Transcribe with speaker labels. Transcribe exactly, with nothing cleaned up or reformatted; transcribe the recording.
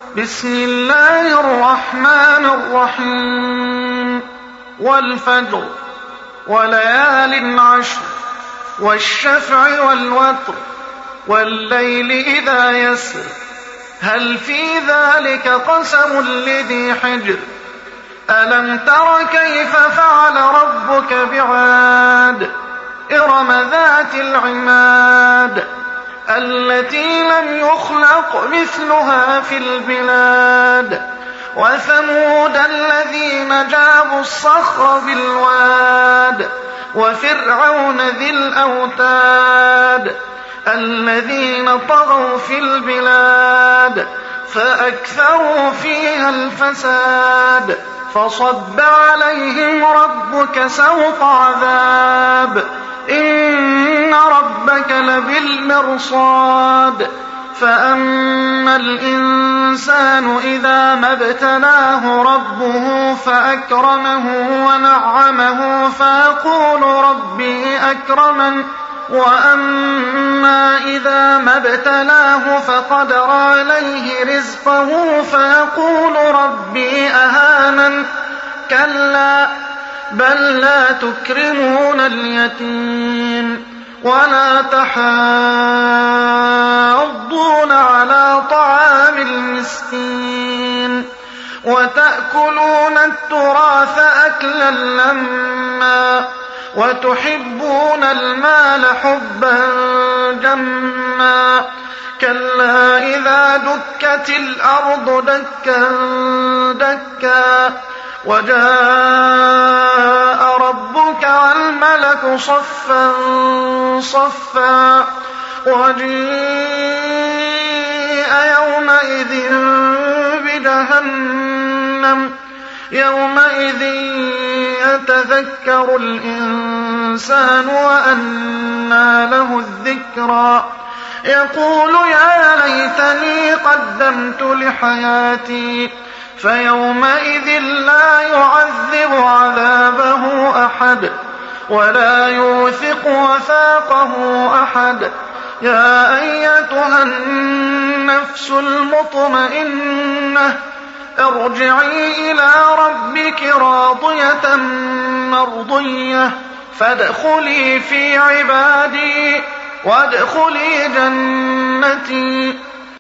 Speaker 1: بسم الله الرحمن الرحيم والفجر وليال عشر والشفع والوتر والليل إذا يسر هل في ذلك قسم لذي حجر ألم تر كيف فعل ربك بعاد إرم ذات العماد التي لم يخلق مثلها في البلاد وثمود الذين جابوا الصخر بالواد وفرعون ذي الأوتاد الذين طغوا في البلاد فأكثروا فيها الفساد فصب عليهم ربك سوط عذاب إن ربك لبالمرصاد فأما الإنسان إذا ما ابتلاه ربه فأكرمه ونعمه فيقول ربي أكرمن وأما إذا ما ابتلاه فقدر عليه رزقه فيقول ربي أهانن كلا بل لا تكرمون اليتيم ولا تحاضون على طعام المسكين وتأكلون التراث أكلا لما وتحبون المال حبا جما كلا إذا دكت الأرض دكا دكا وجاء ربك والملك صفا صفا وجيء يومئذ بجهنم يومئذ يتذكر الإنسان وأنى له الذكرى يقول يا ليتني قدمت لحياتي فيومئذ لا يعذب عذابه أحد ولا يوثق وثاقه أحد يا أيتها النفس المطمئنة ارجعي إلى ربك راضية مرضية فادخلي في عبادي وادخلي جنتي